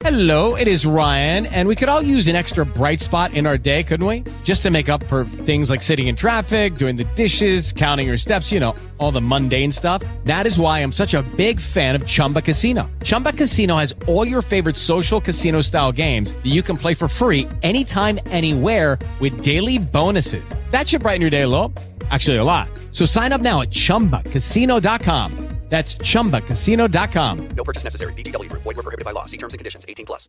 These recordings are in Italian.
Hello, it is Ryan, and we could all use an extra bright spot in our day, couldn't we? Just to make up for things like sitting in traffic, doing the dishes, counting your steps, you know, all the mundane stuff. That is why I'm such a big fan of Chumba Casino. Chumba Casino has all your favorite social casino-style games that you can play for free anytime, anywhere with daily bonuses. That should brighten your day a little. Actually, a lot. So sign up now at ChumbaCasino.com. That's ChumbaCasino.com. No purchase necessary. VGW Group. Void where prohibited by law. See terms and conditions. 18+.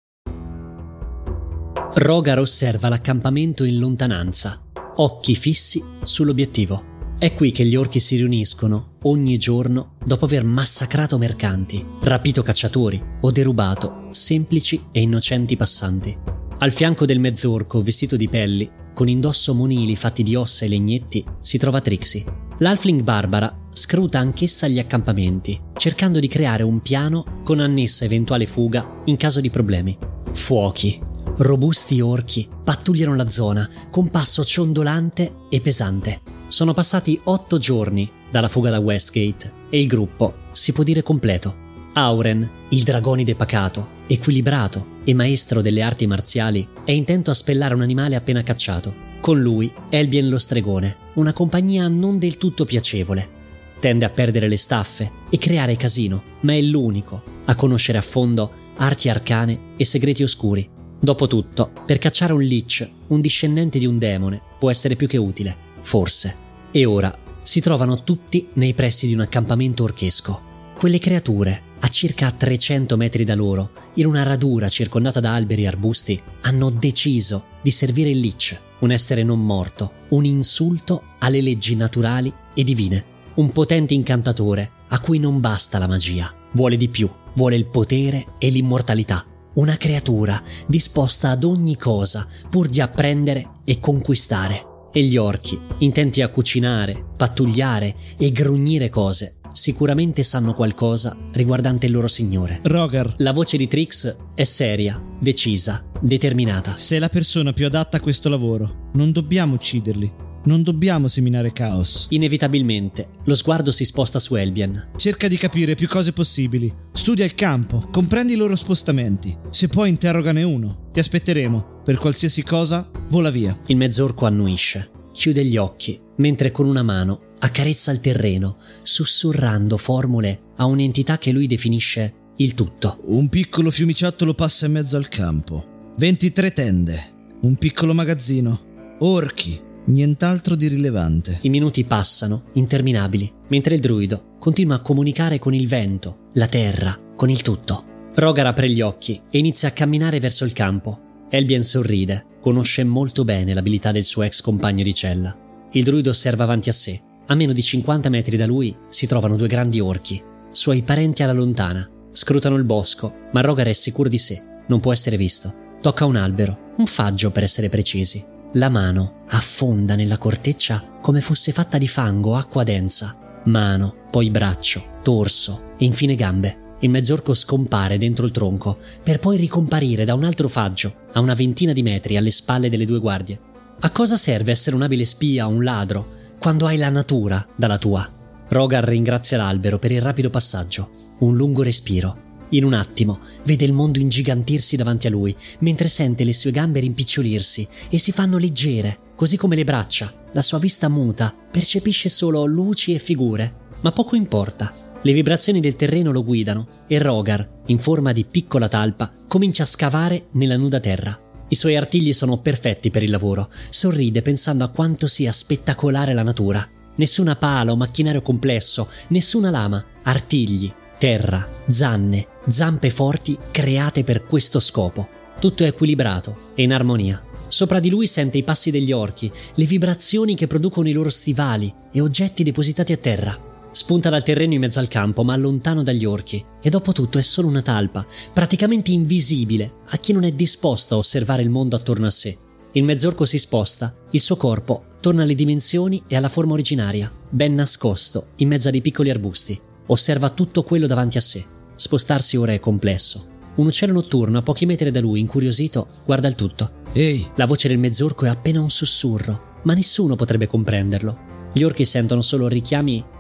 Rogar osserva l'accampamento in lontananza, occhi fissi sull'obiettivo. È qui che gli orchi si riuniscono ogni giorno dopo aver massacrato mercanti, rapito cacciatori o derubato semplici e innocenti passanti. Al fianco del mezzorco vestito di pelli, con indosso monili fatti di ossa e legnetti, si trova Trixie. L'halfling Barbara scruta anch'essa gli accampamenti, cercando di creare un piano con annessa eventuale fuga in caso di problemi. Fuochi, robusti orchi pattugliano la zona con passo ciondolante e pesante. Sono passati 8 giorni dalla fuga da Westgate e il gruppo si può dire completo. Auren, il dragonide pacato, equilibrato e maestro delle arti marziali, è intento a spellare un animale appena cacciato. Con lui Elbien lo stregone, una compagnia non del tutto piacevole. Tende a perdere le staffe e creare casino, ma è l'unico a conoscere a fondo arti arcane e segreti oscuri. Dopotutto, per cacciare un lich, un discendente di un demone, può essere più che utile, forse. E ora si trovano tutti nei pressi di un accampamento orchesco. Quelle creature, a circa 300 metri da loro, in una radura circondata da alberi e arbusti, hanno deciso di servire il lich, un essere non morto, un insulto alle leggi naturali e divine. Un potente incantatore a cui non basta la magia, vuole di più, vuole il potere e l'immortalità. Una creatura disposta ad ogni cosa pur di apprendere e conquistare. E gli orchi, intenti a cucinare, pattugliare e grugnire cose, sicuramente sanno qualcosa riguardante il loro signore. Rogar. La voce di Trix è seria, decisa, determinata. Sei la persona più adatta a questo lavoro. Non dobbiamo ucciderli. Non dobbiamo seminare caos. Inevitabilmente, lo sguardo si sposta su Elbien. Cerca di capire più cose possibili. Studia il campo, comprendi i loro spostamenti. Se poi interrogane uno, ti aspetteremo. Per qualsiasi cosa, vola via. Il mezzorco annuisce, chiude gli occhi, mentre con una mano accarezza il terreno, sussurrando formule a un'entità che lui definisce il tutto. Un piccolo fiumiciattolo passa in mezzo al campo. 23 tende. Un piccolo magazzino. Orchi. Nient'altro di rilevante. I minuti passano, interminabili, mentre il druido continua a comunicare con il vento, la terra, con il tutto. Rogar apre gli occhi e inizia a camminare verso il campo. Elbien sorride, conosce molto bene l'abilità del suo ex compagno di cella. Il druido osserva avanti a sé. A meno di 50 metri da lui si trovano 2 grandi orchi, suoi parenti alla lontana. Scrutano il bosco, ma Rogar è sicuro di sé, non può essere visto. Tocca un albero, un faggio per essere precisi. La mano affonda nella corteccia come fosse fatta di fango o acqua densa. Mano, poi braccio, torso e infine gambe. Il mezzorco scompare dentro il tronco per poi ricomparire da un altro faggio a una ventina di metri alle spalle delle 2 guardie. A cosa serve essere un abile spia o un ladro quando hai la natura dalla tua? Rogar ringrazia l'albero per il rapido passaggio. Un lungo respiro. In un attimo vede il mondo ingigantirsi davanti a lui, mentre sente le sue gambe rimpicciolirsi e si fanno leggere, così come le braccia. La sua vista muta, percepisce solo luci e figure, ma poco importa. Le vibrazioni del terreno lo guidano e Rogar, in forma di piccola talpa, comincia a scavare nella nuda terra. I suoi artigli sono perfetti per il lavoro. Sorride pensando a quanto sia spettacolare la natura. Nessuna pala o macchinario complesso, nessuna lama, artigli, terra, zanne, zampe forti create per questo scopo. Tutto è equilibrato e in armonia. Sopra di lui sente i passi degli orchi, le vibrazioni che producono i loro stivali e oggetti depositati a terra. Spunta dal terreno in mezzo al campo, ma lontano dagli orchi, e dopo tutto è solo una talpa, praticamente invisibile a chi non è disposto a osservare il mondo attorno a sé. Il mezzorco si sposta, il suo corpo torna alle dimensioni e alla forma originaria, ben nascosto in mezzo a dei piccoli arbusti. Osserva tutto quello davanti a sé. Spostarsi ora è complesso. Un uccello notturno a pochi metri da lui, incuriosito, guarda il tutto. Ehi! La voce del mezzorco è appena un sussurro, ma nessuno potrebbe comprenderlo. Gli orchi sentono solo richiami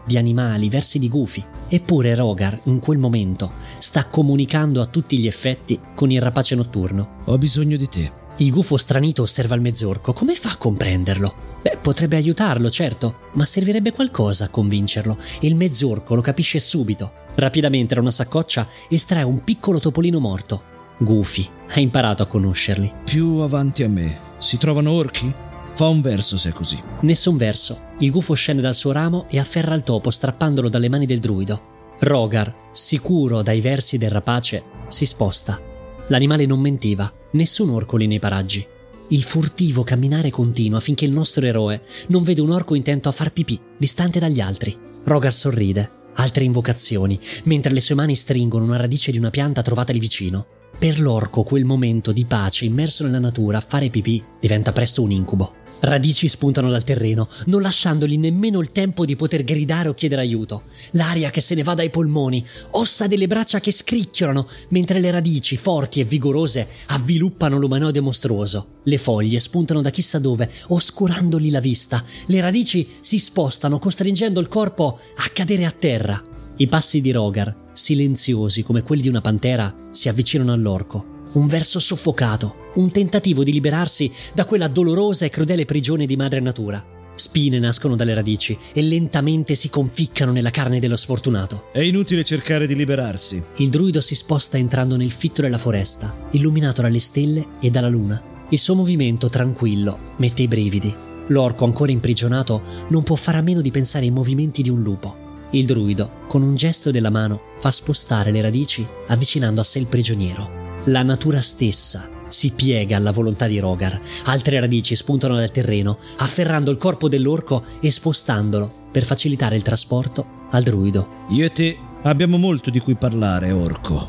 di animali, versi di gufi. Eppure Rogar, in quel momento, sta comunicando a tutti gli effetti con il rapace notturno. Ho bisogno di te. Il gufo stranito osserva il mezzorco. Come fa a comprenderlo? Potrebbe aiutarlo, certo, ma servirebbe qualcosa a convincerlo e il mezzorco lo capisce subito. Rapidamente da una saccoccia estrae un piccolo topolino morto. Goofy ha imparato a conoscerli. Più avanti a me si trovano orchi? Fa un verso se è così. Nessun verso. Il gufo scende dal suo ramo e afferra il topo strappandolo dalle mani del druido. Rogar, sicuro dai versi del rapace, si sposta. L'animale non mentiva, nessun orco lì nei paraggi. Il furtivo camminare continua finché il nostro eroe non vede un orco intento a far pipì, distante dagli altri. Rogar sorride, altre invocazioni, mentre le sue mani stringono una radice di una pianta trovata lì vicino. Per l'orco quel momento di pace immerso nella natura a fare pipì diventa presto un incubo. Radici spuntano dal terreno, non lasciandogli nemmeno il tempo di poter gridare o chiedere aiuto. L'aria che se ne va dai polmoni, ossa delle braccia che scricchiolano, mentre le radici, forti e vigorose, avviluppano l'umanoide mostruoso. Le foglie spuntano da chissà dove, oscurandogli la vista. Le radici si spostano, costringendo il corpo a cadere a terra. I passi di Rogar, silenziosi come quelli di una pantera, si avvicinano all'orco. Un verso soffocato, un tentativo di liberarsi da quella dolorosa e crudele prigione di madre natura. Spine nascono dalle radici e lentamente si conficcano nella carne dello sfortunato. È inutile cercare di liberarsi. Il druido si sposta entrando nel fitto della foresta, illuminato dalle stelle e dalla luna. Il suo movimento tranquillo mette i brividi. L'orco ancora imprigionato non può fare a meno di pensare ai movimenti di un lupo. Il druido, con un gesto della mano, fa spostare le radici avvicinando a sé il prigioniero. La natura stessa si piega alla volontà di Rogar. Altre radici spuntano dal terreno, afferrando il corpo dell'orco e spostandolo per facilitare il trasporto al druido. Io e te abbiamo molto di cui parlare, orco.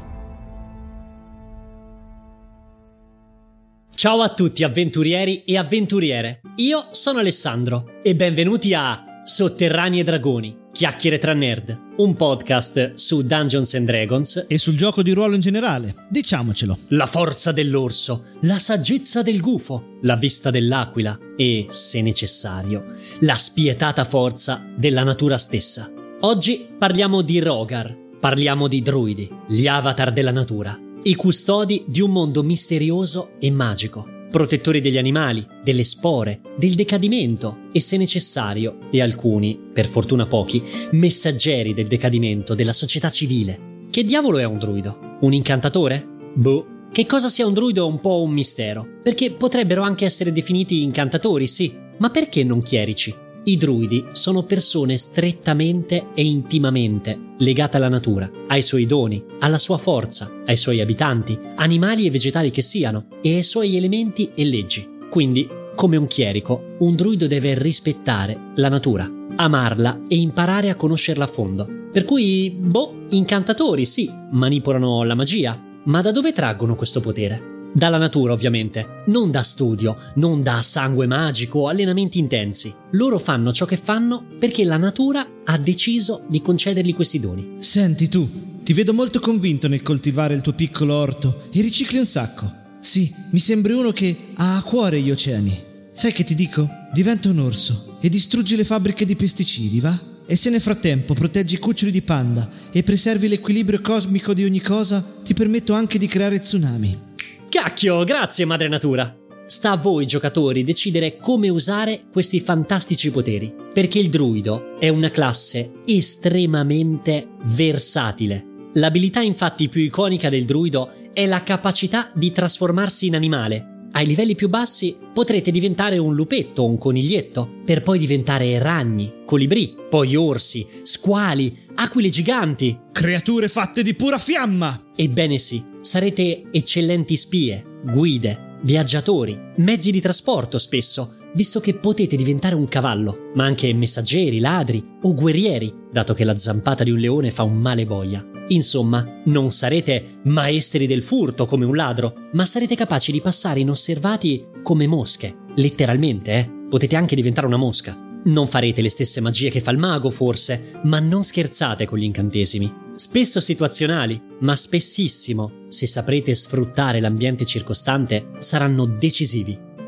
Ciao a tutti avventurieri e avventuriere. Io sono Alessandro e benvenuti a Sotterranei e Dragoni, Chiacchiere tra nerd, un podcast su Dungeons & Dragons E sul gioco di ruolo in generale, diciamocelo. la forza dell'orso, la saggezza del gufo, la vista dell'aquila e, se necessario, la spietata forza della natura stessa. Oggi parliamo di Rogar, parliamo di druidi, gli avatar della natura, i custodi di un mondo misterioso e magico, protettori degli animali, delle spore, del decadimento e, se necessario, e alcuni, per fortuna pochi, messaggeri del decadimento della società civile. Che diavolo è un druido? Un incantatore? Boh. Che cosa sia un druido è un po' un mistero, perché potrebbero anche essere definiti incantatori, sì, ma perché non chierici? I druidi sono persone strettamente e intimamente legate alla natura, ai suoi doni, alla sua forza, ai suoi abitanti, animali e vegetali che siano, e ai suoi elementi e leggi. Quindi, come un chierico, un druido deve rispettare la natura, amarla e imparare a conoscerla a fondo. Per cui, incantatori sì, manipolano la magia, ma da dove traggono questo potere? Dalla natura, ovviamente, non da studio, non da sangue magico o allenamenti intensi. Loro fanno ciò che fanno perché la natura ha deciso di concedergli questi doni. Senti tu, ti vedo molto convinto nel coltivare il tuo piccolo orto e ricicli un sacco. Sì, mi sembri uno che ha a cuore gli oceani. Sai che ti dico? Diventa un orso e distruggi le fabbriche di pesticidi, va? E se nel frattempo proteggi i cuccioli di panda e preservi l'equilibrio cosmico di ogni cosa, ti permetto anche di creare tsunami. Cacchio, grazie madre natura! Sta a voi giocatori decidere come usare questi fantastici poteri, perché il druido è una classe estremamente versatile. L'abilità infatti più iconica del druido è la capacità di trasformarsi in animale. Ai livelli più bassi potrete diventare un lupetto o un coniglietto, per poi diventare ragni, colibrì, poi orsi, squali, aquile giganti. Creature fatte di pura fiamma! Ebbene sì, sarete eccellenti spie, guide, viaggiatori, mezzi di trasporto spesso, visto che potete diventare un cavallo, ma anche messaggeri, ladri o guerrieri, dato che la zampata di un leone fa un male boia. Insomma, non sarete maestri del furto come un ladro, ma sarete capaci di passare inosservati come mosche. Letteralmente, Potete anche diventare una mosca. Non farete le stesse magie che fa il mago, forse, ma non scherzate con gli incantesimi. Spesso situazionali, ma spessissimo, se saprete sfruttare l'ambiente circostante, saranno decisivi.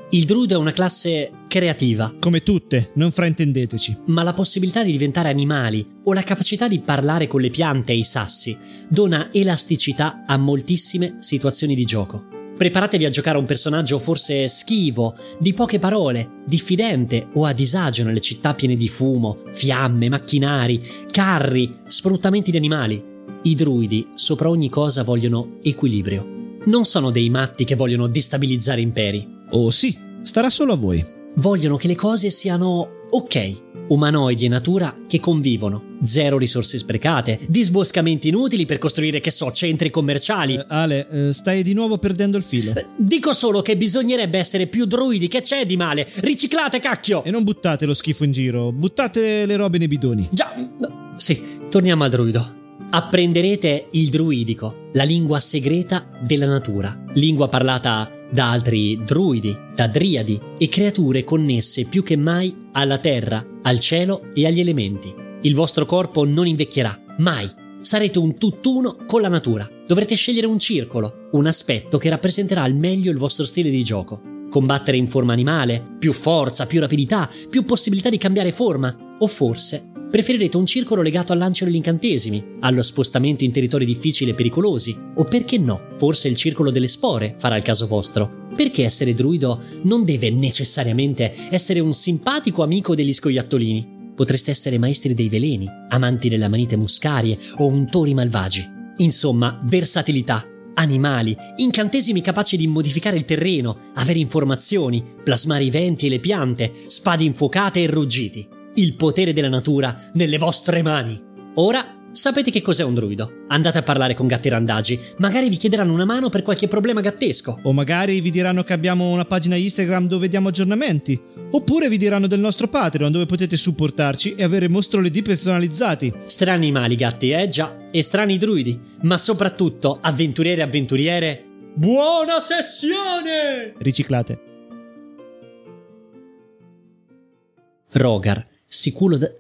Il druido è una classe creativa, Come tutte, non fraintendeteci. ma la possibilità di diventare animali o la capacità di parlare con le piante e i sassi dona elasticità a moltissime situazioni di gioco. Preparatevi a giocare a un personaggio forse schivo, di poche parole, diffidente o a disagio nelle città piene di fumo, fiamme, macchinari, carri, sfruttamenti di animali. I druidi, sopra ogni cosa, vogliono equilibrio. Non sono dei matti che vogliono destabilizzare imperi. Oh sì, starà solo a voi. Vogliono che le cose siano ok. Umanoidi e natura che convivono. Zero risorse sprecate, disboscamenti inutili per costruire, che so, centri commerciali. Ale, stai di nuovo perdendo il filo. Dico solo che bisognerebbe essere più druidi, che c'è di male? Riciclate, cacchio! E non buttate lo schifo in giro, buttate le robe nei bidoni. Già, sì, torniamo al druido. Apprenderete il druidico, la lingua segreta della natura, lingua parlata da altri druidi, da driadi e creature connesse più che mai alla terra, al cielo e agli elementi. Il vostro corpo non invecchierà, mai. Sarete un tutt'uno con la natura. Dovrete scegliere un circolo, un aspetto che rappresenterà al meglio il vostro stile di gioco. Combattere in forma animale, più forza, più rapidità, più possibilità di cambiare forma, o forse preferirete un circolo legato al lancio degli incantesimi, allo spostamento in territori difficili e pericolosi, o perché no, forse il circolo delle spore farà il caso vostro. Perché essere druido non deve necessariamente essere un simpatico amico degli scoiattolini. Potreste essere maestri dei veleni, amanti delle amanite muscarie o untori malvagi. Insomma, versatilità, animali, incantesimi capaci di modificare il terreno, avere informazioni, plasmare i venti e le piante, spade infuocate e ruggiti. Il potere della natura nelle vostre mani. Ora sapete che cos'è un druido. Andate a parlare con gatti randagi, magari vi chiederanno una mano per qualche problema gattesco. O magari vi diranno che abbiamo una pagina Instagram dove diamo aggiornamenti. Oppure vi diranno del nostro Patreon dove potete supportarci e avere mostroledi personalizzati. Strani animali gatti, già, e strani druidi. Ma soprattutto, avventuriere e avventuriere, buona sessione! Riciclate. Rogar, sicuro da...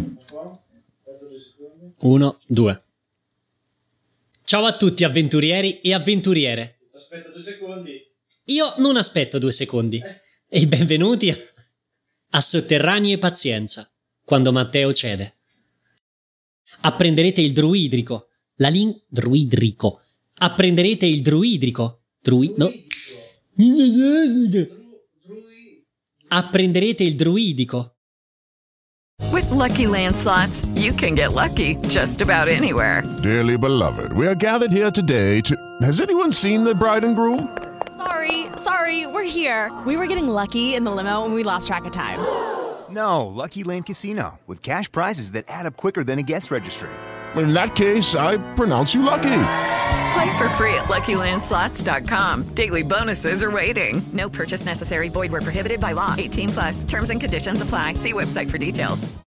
1, 2. Ciao a tutti avventurieri e avventuriere. Aspetta 2 secondi. Io non aspetto 2 secondi. E benvenuti a Sotterranei e Pazienza, quando Matteo cede. Apprenderete il druidrico, druidrico. Apprenderete il druidrico. Apprenderete il druidico. With Lucky Land Slots, you can get lucky just about anywhere. Dearly beloved, we are gathered here today to... Has anyone seen the bride and groom? Sorry, we're here. We were getting lucky in the limo and we lost track of time. No, Lucky Land Casino, with cash prizes that add up quicker than a guest registry. In that case, I pronounce you lucky. Play for free at LuckyLandSlots.com. Daily bonuses are waiting. No purchase necessary. Void where prohibited by law. 18+. Terms and conditions apply. See website for details.